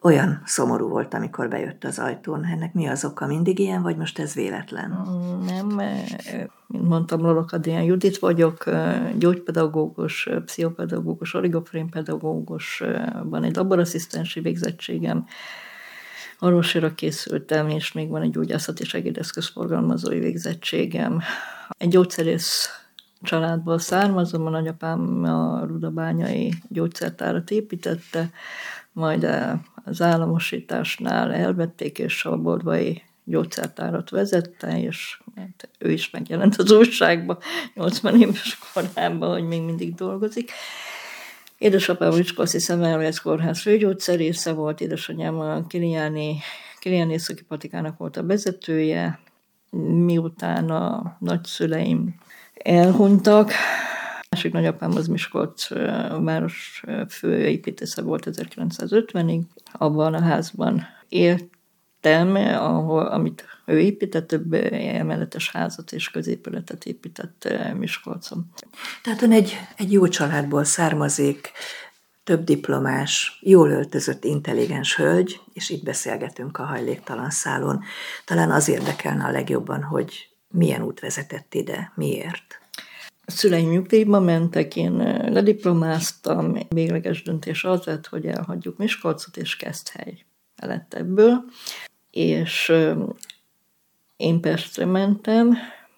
olyan szomorú volt, amikor bejött az ajtón. Ennek mi az oka? Mindig ilyen, vagy most ez véletlen? Nem, mint mondtam, Lolok-Adrián Judit vagyok, gyógypedagógus, pszichopedagógus, oligofrénpedagógus, van egy laborasszisztensi végzettségem, orvosira készültem, és még van egy gyógyászati segédeszköz forgalmazói végzettségem. Egy gyógyszerész családból származom, a nagyapám a rudabányai gyógyszertárat építette, majd az államosításnál elvették, és a boldvai gyógyszertárat vezette, és ő is megjelent az újságban 80 éves korában, hogy még mindig dolgozik. Édesapám Miskolci Szemmelweis kórház főgyógyszerésze volt, édesanyám a Kiliáni északi patikának volt a vezetője, miután a nagyszüleim elhunytak. A másik nagyapám az Miskolc város főépítésze volt 1950-ig. Abban a házban éltem, amit ő épített, több emeletes házat és középületet épített Miskolcon. Tehát ön egy jó családból származik, több diplomás, jól öltözött, intelligens hölgy, és itt beszélgetünk a hajléktalan szálon. Talán az érdekelne a legjobban, hogy milyen út vezetett ide, miért? A szüleim nyugdíjba mentek, én lediplomáztam, végleges döntés az lett, hogy elhagyjuk Miskolcot, és Keszthely lett ebből. És én Pestre mentem,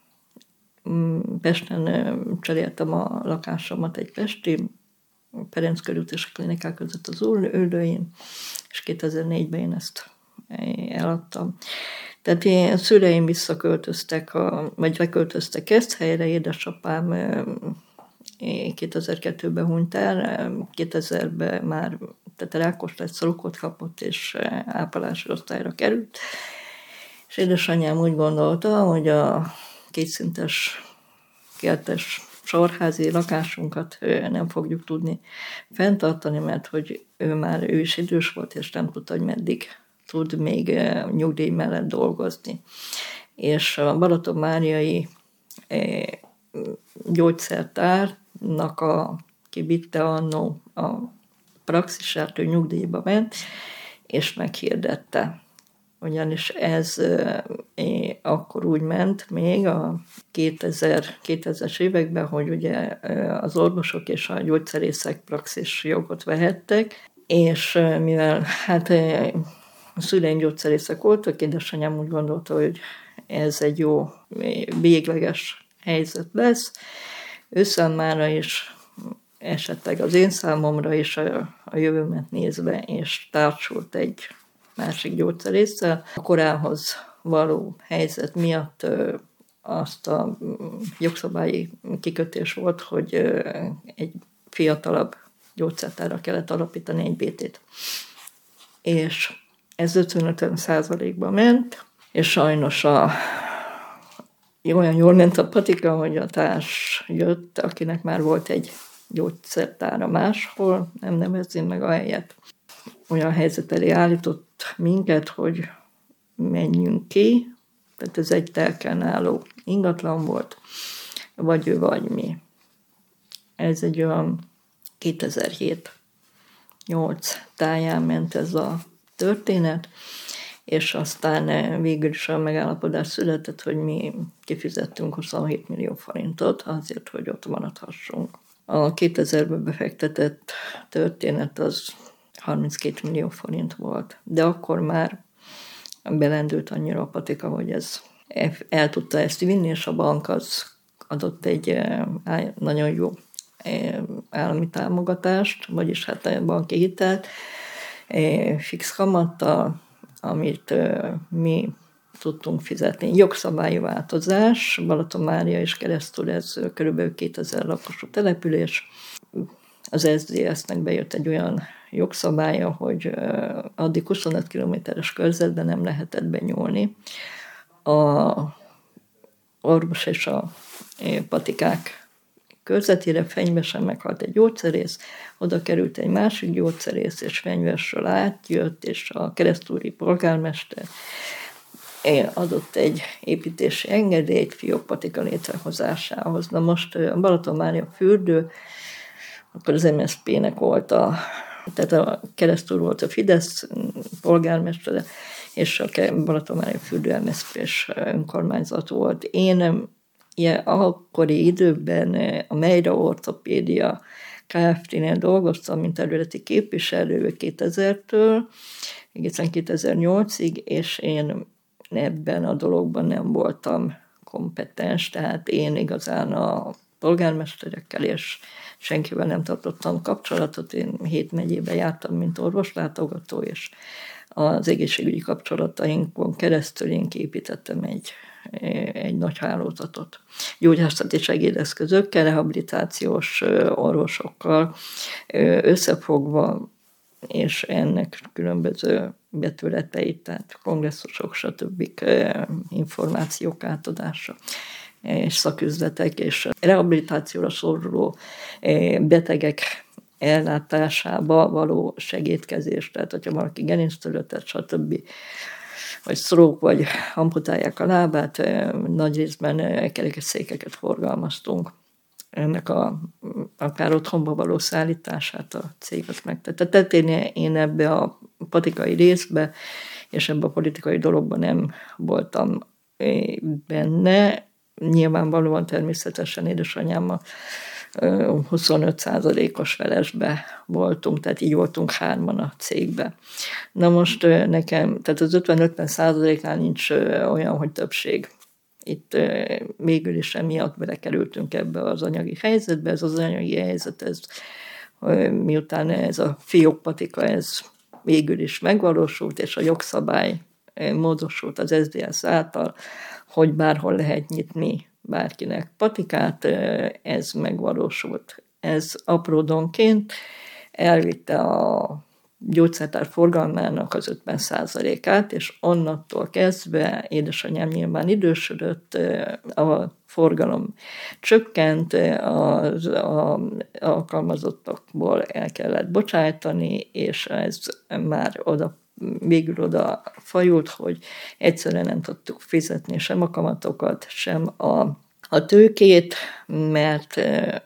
Pesten cseréltem a lakásomat egy pesti, Ferenc körút és a klinikák között az Üllőin, és 2004-ben én ezt eladtam. Tehát a szüleim visszaköltöztek, vagy leköltöztek Keszthelyre, édesapám 2002-ben hunyt el, 2000-ben már rákos szalukot kapott, és ápolási osztályra került. És édesanyám úgy gondolta, hogy a kétszintes, kertes sorházi lakásunkat nem fogjuk tudni fenntartani, mert hogy ő is idős volt, és nem tudta, hogy meddig tud még nyugdíj mellett dolgozni. És a Balatonmáriai gyógyszertárnak kivitte annó a praxisát, ő nyugdíjba ment, és meghirdette. Ugyanis ez akkor úgy ment még a 2000-es években, hogy ugye az orvosok és a gyógyszerészek praxis jogot vehettek, és mivel a szüleim gyógyszerészek voltak, édesanyám úgy gondolta, hogy ez egy jó végleges helyzet lesz. Összemára is esetleg az én számomra is a jövőmet nézve, és társult egy másik gyógyszerésszel. A korához való helyzet miatt azt a jogszabályi kikötés volt, hogy egy fiatalabb gyógyszertárra kellett alapítani egy BT-t. És ez 55%-ba ment, és sajnos olyan jól ment a patika, hogy a társ jött, akinek már volt egy gyógyszertára máshol, nem nevezzém meg a helyet. Olyan helyzet elé állított minket, hogy menjünk ki, tehát ez egy telken álló ingatlan volt, vagy ő, vagy mi. Ez egy olyan 2007-8 táján ment ez a történet, és aztán végül is a megállapodás született, hogy mi kifizettünk 27 millió forintot azért, hogy ott maradhassunk. A 2000-ben befektetett történet az 32 millió forint volt, de akkor már belendült annyira a patika, hogy ez el tudta ezt vinni, és a bank az adott egy nagyon jó állami támogatást, vagyis hát banki hitelt, fix kamattal, amit mi tudtunk fizetni. Jogszabályi változás, Balatonmária és keresztül ez kb. 2000 lakosú település. Az SZDSZ-nek bejött egy olyan jogszabálya, hogy addig 25 kilométeres körzetben nem lehetett benyúlni. A orvos és a patikák körzetére Fenyvesen meghalt egy gyógyszerész, oda került egy másik gyógyszerész, és Fenyvesről átjött, és a keresztúri polgármester adott egy építési engedélyt fiókpatika létrehozásához. Na most a Balatonmária fürdő, akkor az MSZP-nek volt a Tehát a Keresztúr volt a Fidesz polgármestere, és a Balatonmárosfürdő MSZP-s önkormányzat volt. Én akkori időben a Mejra Ortopédia Kft-nél dolgoztam, mint területi képviselő 2000-től, egészen 2008-ig, és én ebben a dologban nem voltam kompetens, tehát én igazán a polgármesterekkel és senkivel nem tartottam kapcsolatot. Én 7 megyébe jártam, mint orvoslátogató, és az egészségügyi kapcsolatainkon keresztül én képítettem egy nagy hálózatot. Gyógyászati segédeszközökkel, rehabilitációs orvosokkal összefogva, és ennek különböző betületeit, tehát kongresszusok, stb. Információk átadása és szaküzletek, és rehabilitációra szoruló betegek ellátásába való segédkezés, tehát hogyha valaki gerinctöröttet, stb., vagy stroke, vagy amputálják a lábát, nagy részben kerekesszékeket forgalmaztunk. Ennek akár otthonba való szállítását a cég azt megtette. Tehát én ebbe a politikai részbe, és ebbe a politikai dologban nem voltam benne. Nyilvánvalóan természetesen édesanyámmal 25%-os felesbe voltunk, tehát így voltunk 3-an a cégbe. Na most nekem, tehát az 50-50%-nál nincs olyan, hogy többség. Itt végül is emiatt belekerültünk ebbe az anyagi helyzetbe. Ez az anyagi helyzet, ez, miután ez a fiókpatika, ez végül is megvalósult, és a jogszabály módosult az SZDSZ által, hogy bárhol lehet nyitni bárkinek patikát, ez megvalósult. Ez apródonként elvitte a gyógyszertár forgalmának az 50%-át, és onnantól kezdve édesanyám nyilván idősödött, a forgalom csökkent, az alkalmazottakból el kellett bocsájtani, és ez már végül oda fajult, hogy egyszerűen nem tudtuk fizetni sem a kamatokat, sem a tőkét, mert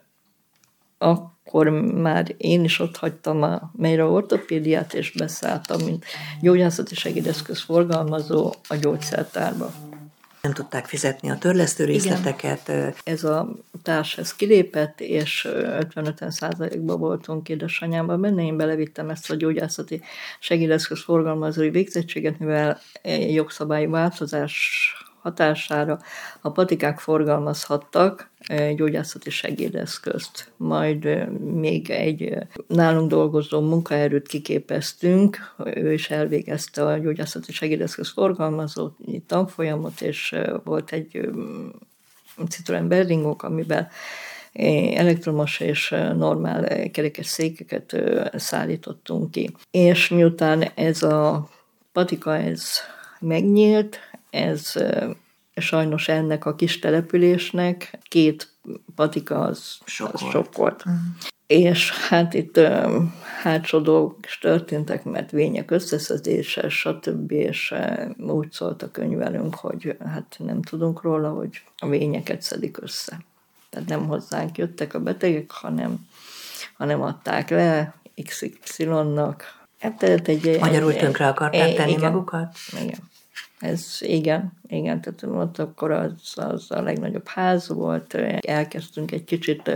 akkor már én is ott hagytam a Mejra Ortopédiát, és beszálltam, mint gyógyászati segédeszköz forgalmazó a gyógyszertárba. Nem tudták fizetni a törlesztő részleteket. Igen. Ez a társ ez kilépett, és 50-50%-ban voltunk édesanyámban benne. Én belevittem ezt a gyógyászati segédeszköz forgalmazói végzettséget, mivel jogszabályi változás hatására a patikák forgalmazhattak gyógyászati segédeszközt. Majd még egy nálunk dolgozó munkaerőt kiképeztünk, ő is elvégezte a gyógyászati segédeszköz forgalmazó tanfolyamot, és volt egy Citroen Berlingok, amiben elektromos és normál kerekes székeket szállítottunk ki. És miután ez a patika ez megnyílt, ez sajnos ennek a kis településnek 2 patika az sok volt. És hát itt hátsó dolgok is történtek, mert vények összeszedése, stb. És úgy szólt a könyvelünk, hogy hát nem tudunk róla, hogy a vényeket szedik össze. Tehát nem hozzánk jöttek a betegek, hanem adták le XY-nak. Magyarul tönkre akarták tenni magukat? Igen. Igen, tehát ott akkor az a legnagyobb ház volt, elkezdtünk egy kicsit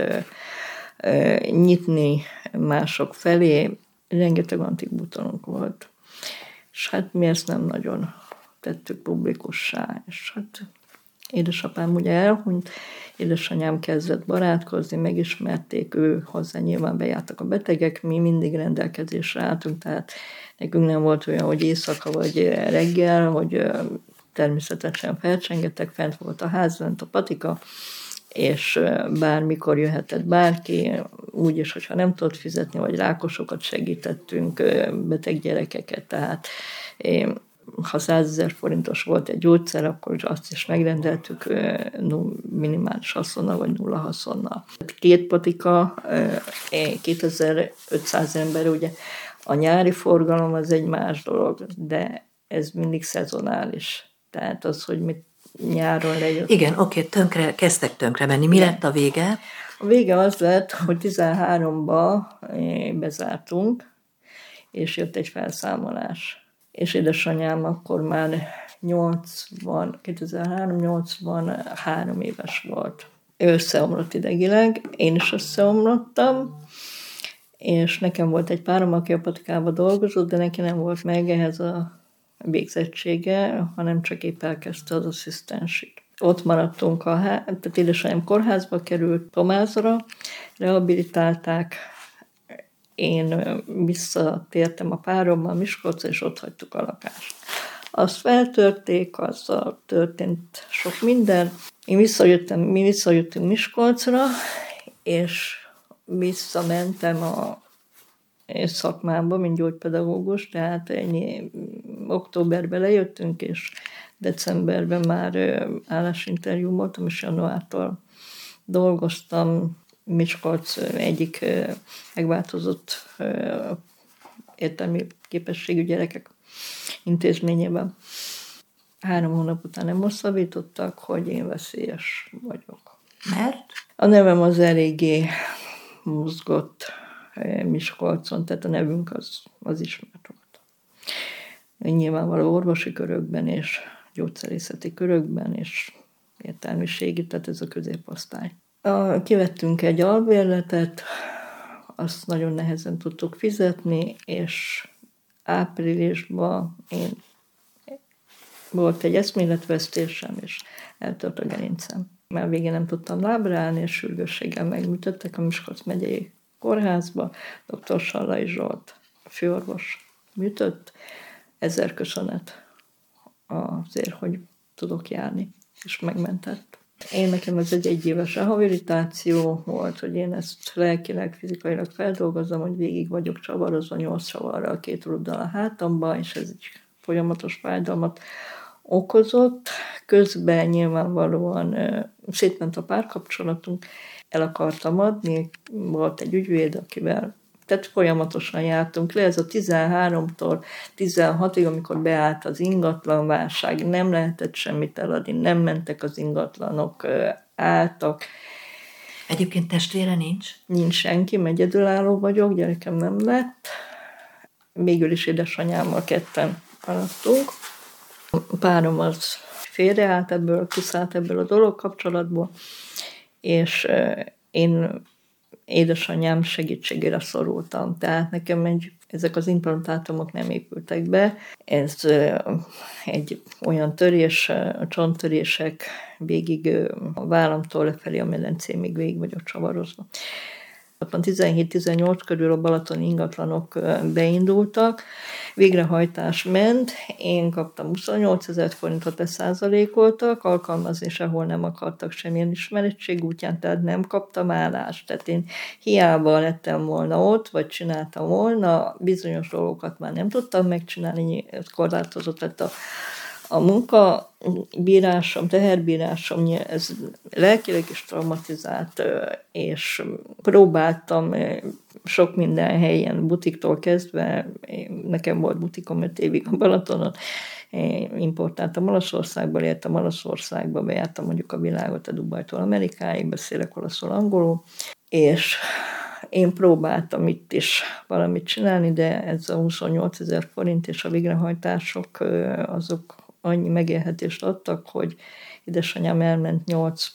nyitni mások felé, rengeteg antikbutonunk volt. És hát mi ezt nem nagyon tettük publikussá, és hát édesapám ugye elhunyt, édesanyám kezdett barátkozni, megismerték, ő hozzá nyilván bejártak a betegek, mi mindig rendelkezésre álltunk, tehát nekünk nem volt olyan, hogy éjszaka vagy reggel, hogy természetesen felcsengettek, fent volt a ház, fent a patika, és bármikor jöhetett bárki, úgyis, hogyha nem tudott fizetni, vagy rákosokat segítettünk, beteg gyerekeket, tehát ha 100 000 forintos volt egy gyógyszer, akkor azt is megrendeltük minimális haszonnal, vagy 0 haszonnal. 2 patika, 2500 ember, ugye a nyári forgalom az egy más dolog, de ez mindig szezonális. Tehát az, hogy mit nyáron lejött. Igen, oké, kezdtek tönkre menni. Mi lett a vége? A vége az lett, hogy 13-ba bezártunk, és jött egy felszámolás. És édesanyám akkor már 83 éves volt. Ő összeomlott idegileg, én is összeomlottam, és nekem volt egy párom, aki a patikában dolgozott, de neki nem volt meg ehhez a végzettsége, hanem csak épp elkezdte az asszisztensit. Ott maradtunk, tehát édesanyám kórházba került, Tomázra, rehabilitálták, én visszatértem a párommal Miskolcra, és ott hagytuk a lakást. Azt feltörték, azzal történt sok minden. Mi visszajöttünk Miskolcra, és visszamentem a szakmámba, mint gyógypedagógus, tehát októberben lejöttünk, és decemberben már állásinterjú voltam, és januártól dolgoztam Miskolc egyik megváltozott értelmi képességű gyerekek intézményében. 3 hónap után nem hosszabbítottak, hogy én veszélyes vagyok. Mert? A nevem az eléggé mozgott Miskolcon, tehát a nevünk az ismert volt. Nyilvánvaló orvosi körökben és gyógyszerészeti körökben és értelmiségi, tehát ez a középosztály. Kivettünk egy albérletet, azt nagyon nehezen tudtuk fizetni, és áprilisban volt egy eszméletvesztésem, és eltört a gerincem. Már végén nem tudtam lábra állni, és sürgősséggel megműtöttek a Miskolc megyei kórházba. Dr. Sallai Zsolt, a főorvos műtött. 1000 köszönet azért, hogy tudok járni, és megmentett. Nekem ez egy 1 éves rehabilitáció volt, hogy én ezt lelkileg, fizikailag feldolgozom, hogy végig vagyok csavarozva 8 csavarral 2 ruddal a hátamba, és ez egy folyamatos fájdalmat okozott. Közben nyilvánvalóan szétment a párkapcsolatunk, el akartam adni, volt egy ügyvéd, akivel tehát folyamatosan jártunk le, ez a 13-tól 16-ig, amikor beállt az ingatlanválság, nem lehetett semmit eladni, nem mentek az ingatlanok, álltak. Egyébként testvére nincs? Nincs senki, egyedülálló vagyok, gyerekem nem lett. Végül is édesanyámmal ketten maradtunk. A párom az félreállt kiszállt ebből a dolog kapcsolatból, és én édesanyám segítségére szorultam. Tehát nekem ezek az implantátumok nem épültek be. Ez egy olyan törés, a csonttörések végig a vállamtól lefelé a medencémig végig vagyok csavarozva. 17-18 körül a balatoni ingatlanok beindultak, végrehajtás ment, én kaptam 28 000 forintot, leszázalékoltak, alkalmazni sehol nem akartak semmilyen ismerettség útján, tehát nem kaptam állást. Tehát én hiába lettem volna ott, vagy csináltam volna, bizonyos dolgokat már nem tudtam megcsinálni, korlátozott lett a munkabírásom, teherbírásom, ez lelkileg is traumatizált, és próbáltam sok minden helyen, butiktól kezdve, nekem volt butikom 5 évig a Balatonon, importáltam Olaszországból, éltem Olaszországba, bejártam mondjuk a világot a Dubajtól Amerikáig, beszélek olaszul, angolul, és én próbáltam itt is valamit csinálni, de ez a 28 000 forint és a végrehajtások azok annyi megélhetést adtak, hogy édesanyám elment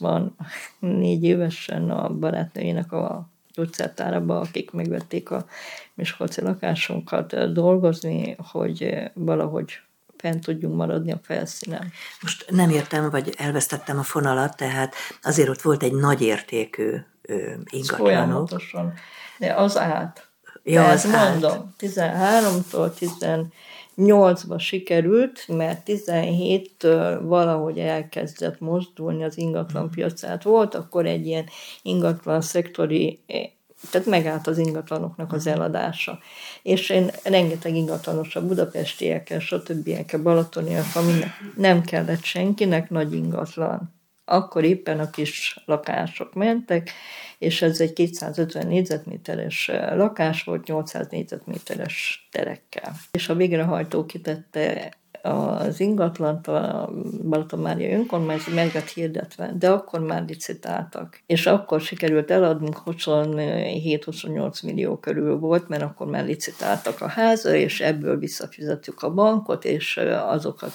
84 évesen a barátnőjének a gyógyszertárába, akik megvették a miskolci lakásunkat dolgozni, hogy valahogy fent tudjunk maradni a felszínen. Most nem értem, vagy elvesztettem a fonalat, tehát azért ott volt egy nagy értékű ingatlanok. Folyamatosan. De az állt. Ja, az mondom, 13-tól 18-ba sikerült, mert 17-től valahogy elkezdett mozdulni az ingatlanpiacát. Volt akkor egy ilyen ingatlan szektori, tehát megállt az ingatlanoknak az eladása. És én rengeteg ingatlanos a budapestiekkel, stb. Balatoniak, aminek nem kellett senkinek nagy ingatlan. Akkor éppen a kis lakások mentek, és ez egy 250 négyzetméteres lakás volt, 800 négyzetméteres terekkel. És a végrehajtó kitette az ingatlant a Balatonmáriai önkormányzat meg lett hirdetve, de akkor már licitáltak. És akkor sikerült eladnunk, 27-28 millió körül volt, mert akkor már licitáltak a házra, és ebből visszafizettük a bankot, és azokat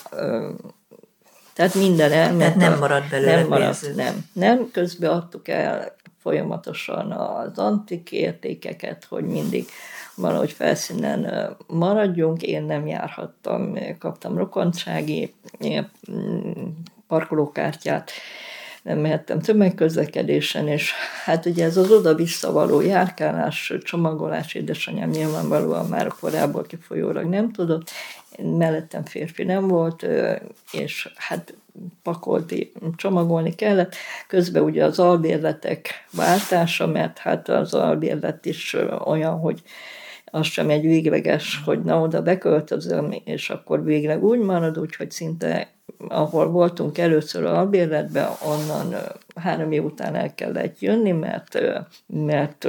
tehát minden elment. Tehát nem maradt belőle nem maradt, nem. Közben adtuk el folyamatosan az antik értékeket, hogy mindig valahogy felszínen maradjunk. Én nem járhattam, kaptam rokontsági parkolókártyát, nem mehettem tömegközlekedésen, és hát ugye ez az oda-vissza való járkálás, csomagolás, édesanyám nyilvánvalóan már a korából kifolyólag nem tudott, mellettem férfi nem volt, és hát pakolni, csomagolni kellett. Közben ugye az albérletek váltása, mert hát az albérlet is olyan, hogy az sem egy végleges, hogy na oda beköltözöm, és akkor végleg úgy marad, úgyhogy szinte ahol voltunk először albérletben, onnan 3 év után el kellett jönni, mert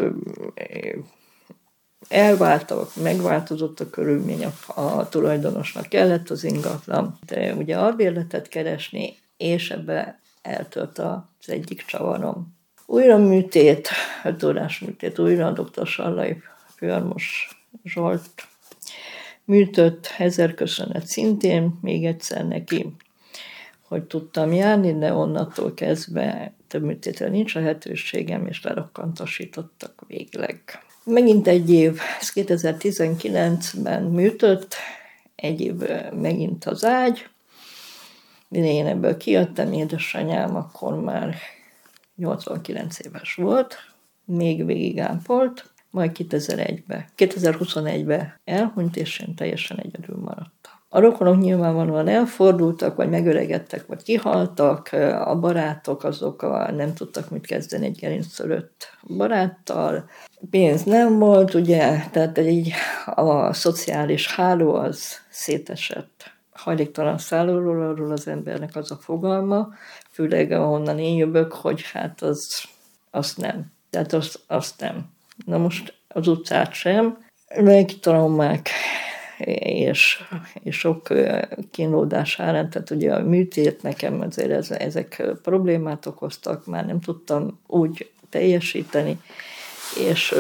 elváltak, megváltozott a körülmény, a tulajdonosnak kellett az ingatlan, de ugye albérletet keresni, és ebbe eltört az egyik csavarom. Újra műtét, 5 órás műtét, újra a dr. Sallai Főormos Zsolt műtött, 1000 köszönet szintén, még egyszer neki, hogy tudtam járni, de onnantól kezdve több műtétre nincs lehetőségem, és lerakkantosítottak végleg. Megint egy év, ez 2019-ben műtött, egy év megint az ágy, mire én ebből kijöttem, édesanyám akkor már 89 éves volt, még végig ápolt, majd 2021-ben elhunyt, és én teljesen egyedül maradtam. A rokonok nyilvánvalóan elfordultak, vagy megöregedtek, vagy kihaltak, a barátok azok nem tudtak mit kezdeni egy gerincszörött baráttal. Pénz nem volt, ugye, tehát így a szociális háló az szétesett. Hajléktalan szállóról arról az embernek az a fogalma, főleg ahonnan én jövök, hogy hát azt nem. Tehát azt nem. Na most az utcát sem, lelki traumák és sok kínlódás árán, tehát ugye a műtét nekem azért ezek problémát okoztak, már nem tudtam úgy teljesíteni, és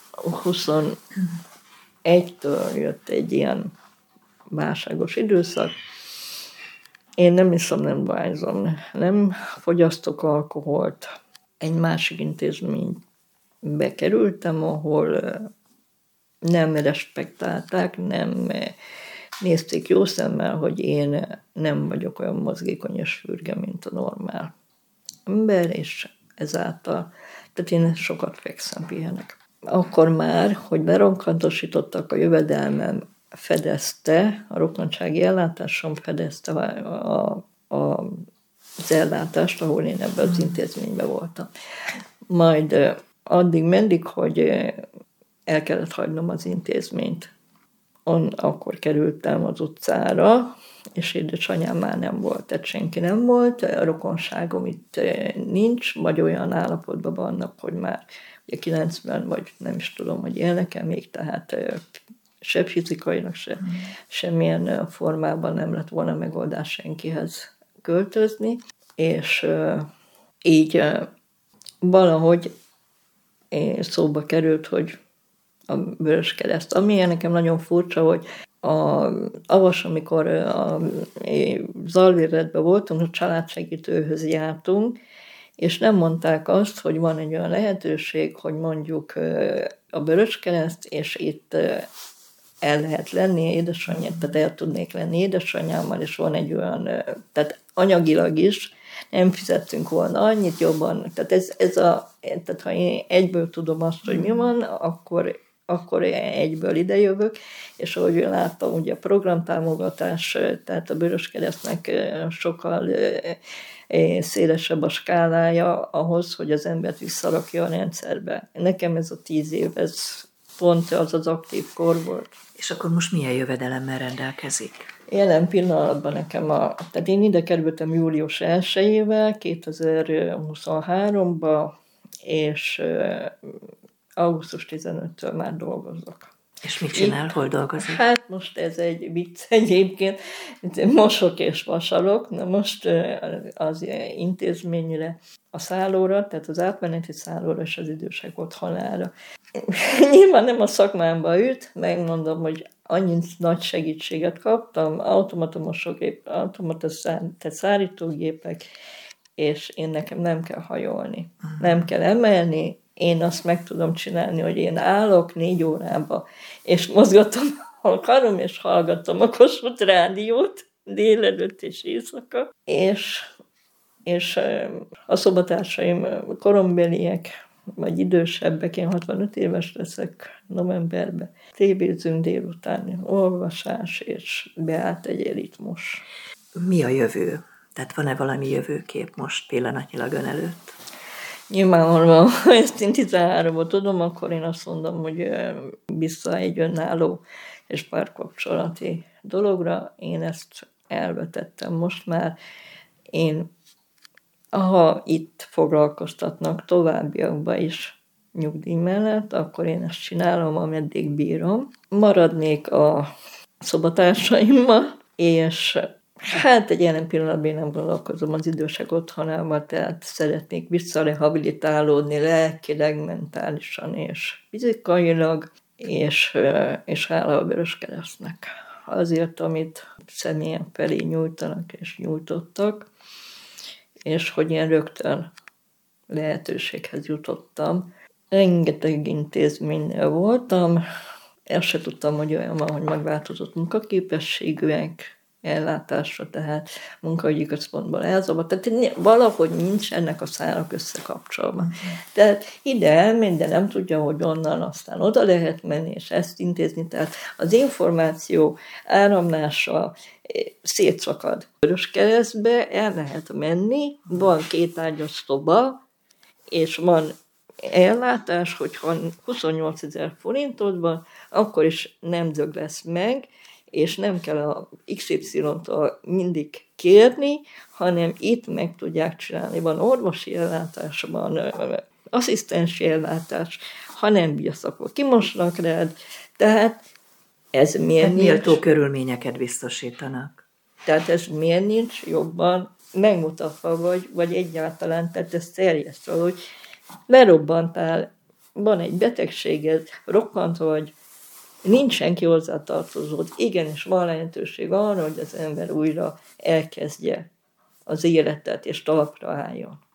21-től jött egy ilyen válságos időszak. Én nem iszom, nem dohányzom, nem fogyasztok alkoholt. Egy másik intézménybe kerültem, ahol nem respektálták, nem nézték jó szemmel, hogy én nem vagyok olyan mozgékony és fürge, mint a normál ember, és ezáltal, tehát én sokat fekszem, pihenek. Akkor már, hogy beronkantosítottak, a jövedelmem fedezte, a rokontsági ellátásom fedezte az ellátást, ahol én ebben az intézményben voltam. Majd addig-meddig, hogy el kellett hagynom az intézményt. Akkor kerültem az utcára, és édesanyám már nem volt, tehát senki nem volt, a rokonságom itt nincs, vagy olyan állapotban vannak, hogy már ugye 90, vagy nem is tudom, hogy élnek-e még, tehát se fizikailag, semmilyen formában nem lett volna megoldás senkihez költözni, és így valahogy szóba került, hogy a Vöröskereszt. Ami nekem nagyon furcsa, hogy amikor az alvéretben voltunk, a családsegítőhöz jártunk, és nem mondták azt, hogy van egy olyan lehetőség, hogy mondjuk a Vöröskereszt, és itt el lehet lenni édesanyját, tehát el tudnék lenni édesanyámmal, és van egy olyan, tehát anyagilag is nem fizettünk volna annyit jobban. Tehát tehát ha én egyből tudom azt, hogy mi van, akkor egyből idejövök, és ahogy láttam, ugye a programtámogatás, tehát a Vöröskeresztnek sokkal szélesebb a skálája ahhoz, hogy az embert visszarakja a rendszerbe. Nekem ez a 10 év, ez pont az aktív kor volt. És akkor most milyen jövedelemmel rendelkezik? Jelen pillanatban nekem tehát én ide kerültem július 1-ével, 2023-ba, és augusztus 15-től már dolgozok. És mit csinál, hol dolgozik? Hát most ez egy vicc egyébként, mosok és vasalok, na most az intézményre, a szállóra, tehát az átmeneti szállóra és az idősek otthonára. Nyilván nem a szakmámba üt, megmondom, hogy annyi nagy segítséget kaptam, automata mosógép, tehát szárítógépek, és nekem nem kell hajolni, nem kell emelni, én azt meg tudom csinálni, hogy én állok 4 órába, és mozgatom a karom, és hallgatom a Kossuth rádiót délelőtt és éjszaka, és a szobatársaim korombeliek, vagy idősebbek, én 65 éves leszek novemberben. Tévézünk délután, olvasás, és beállt egy ritmus. Mi a jövő? Tehát van-e valami jövőkép most pillanatnyilag ön előtt? Nyilvánvalóan, ha ezt én 13-ban tudom, akkor én azt mondom, hogy vissza egy önálló és párkapcsolati dologra. Én ezt elvetettem most már. Ha itt foglalkoztatnak továbbiakban is nyugdíj mellett, akkor én ezt csinálom, ameddig bírom. Maradnék a szobatársaimmal, és hát egy jelen pillanatban nem gondolkozom az idősek otthonában, tehát szeretnék visszarehabilitálódni lelkileg, mentálisan és fizikailag, és hála a Vöröskeresztnek azért, amit személyen felé nyújtanak és nyújtottak, és hogy én rögtön lehetőséghez jutottam. Rengeteg intézménynél voltam, ezt se tudtam, hogy olyan van, hogy megváltozott munkaképességűek ellátásra, tehát munkaügyi központból elzabad. Tehát valahogy nincs ennek a szálak összekapcsolva. Tehát ide elmegy, de nem tudja, hogy onnan aztán oda lehet menni, és ezt intézni. Tehát az információ áramlása szétszakad. Vöröskeresztbe el lehet menni, van 2 ágyas szoba, és van ellátás, hogyha 28 000 forintod van, akkor is nem dög lesz meg, és nem kell a XY-tól mindig kérni, hanem itt meg tudják csinálni. Van orvosi ellátás, van asszisztensi ellátás, ha nem bírsz, akkor kimosnak rád. Tehát ez miért nincs? Méltó körülményeket biztosítanak. Tehát ez miért nincs jobban megmutatva, vagy egyáltalán, tehát ez terjesztve, hogy lerobbantál, van egy betegséged, rokkant vagy, nincs senki hozzátartozód, igenis van lehetőség arra, hogy az ember újra elkezdje az életet és talpra álljon.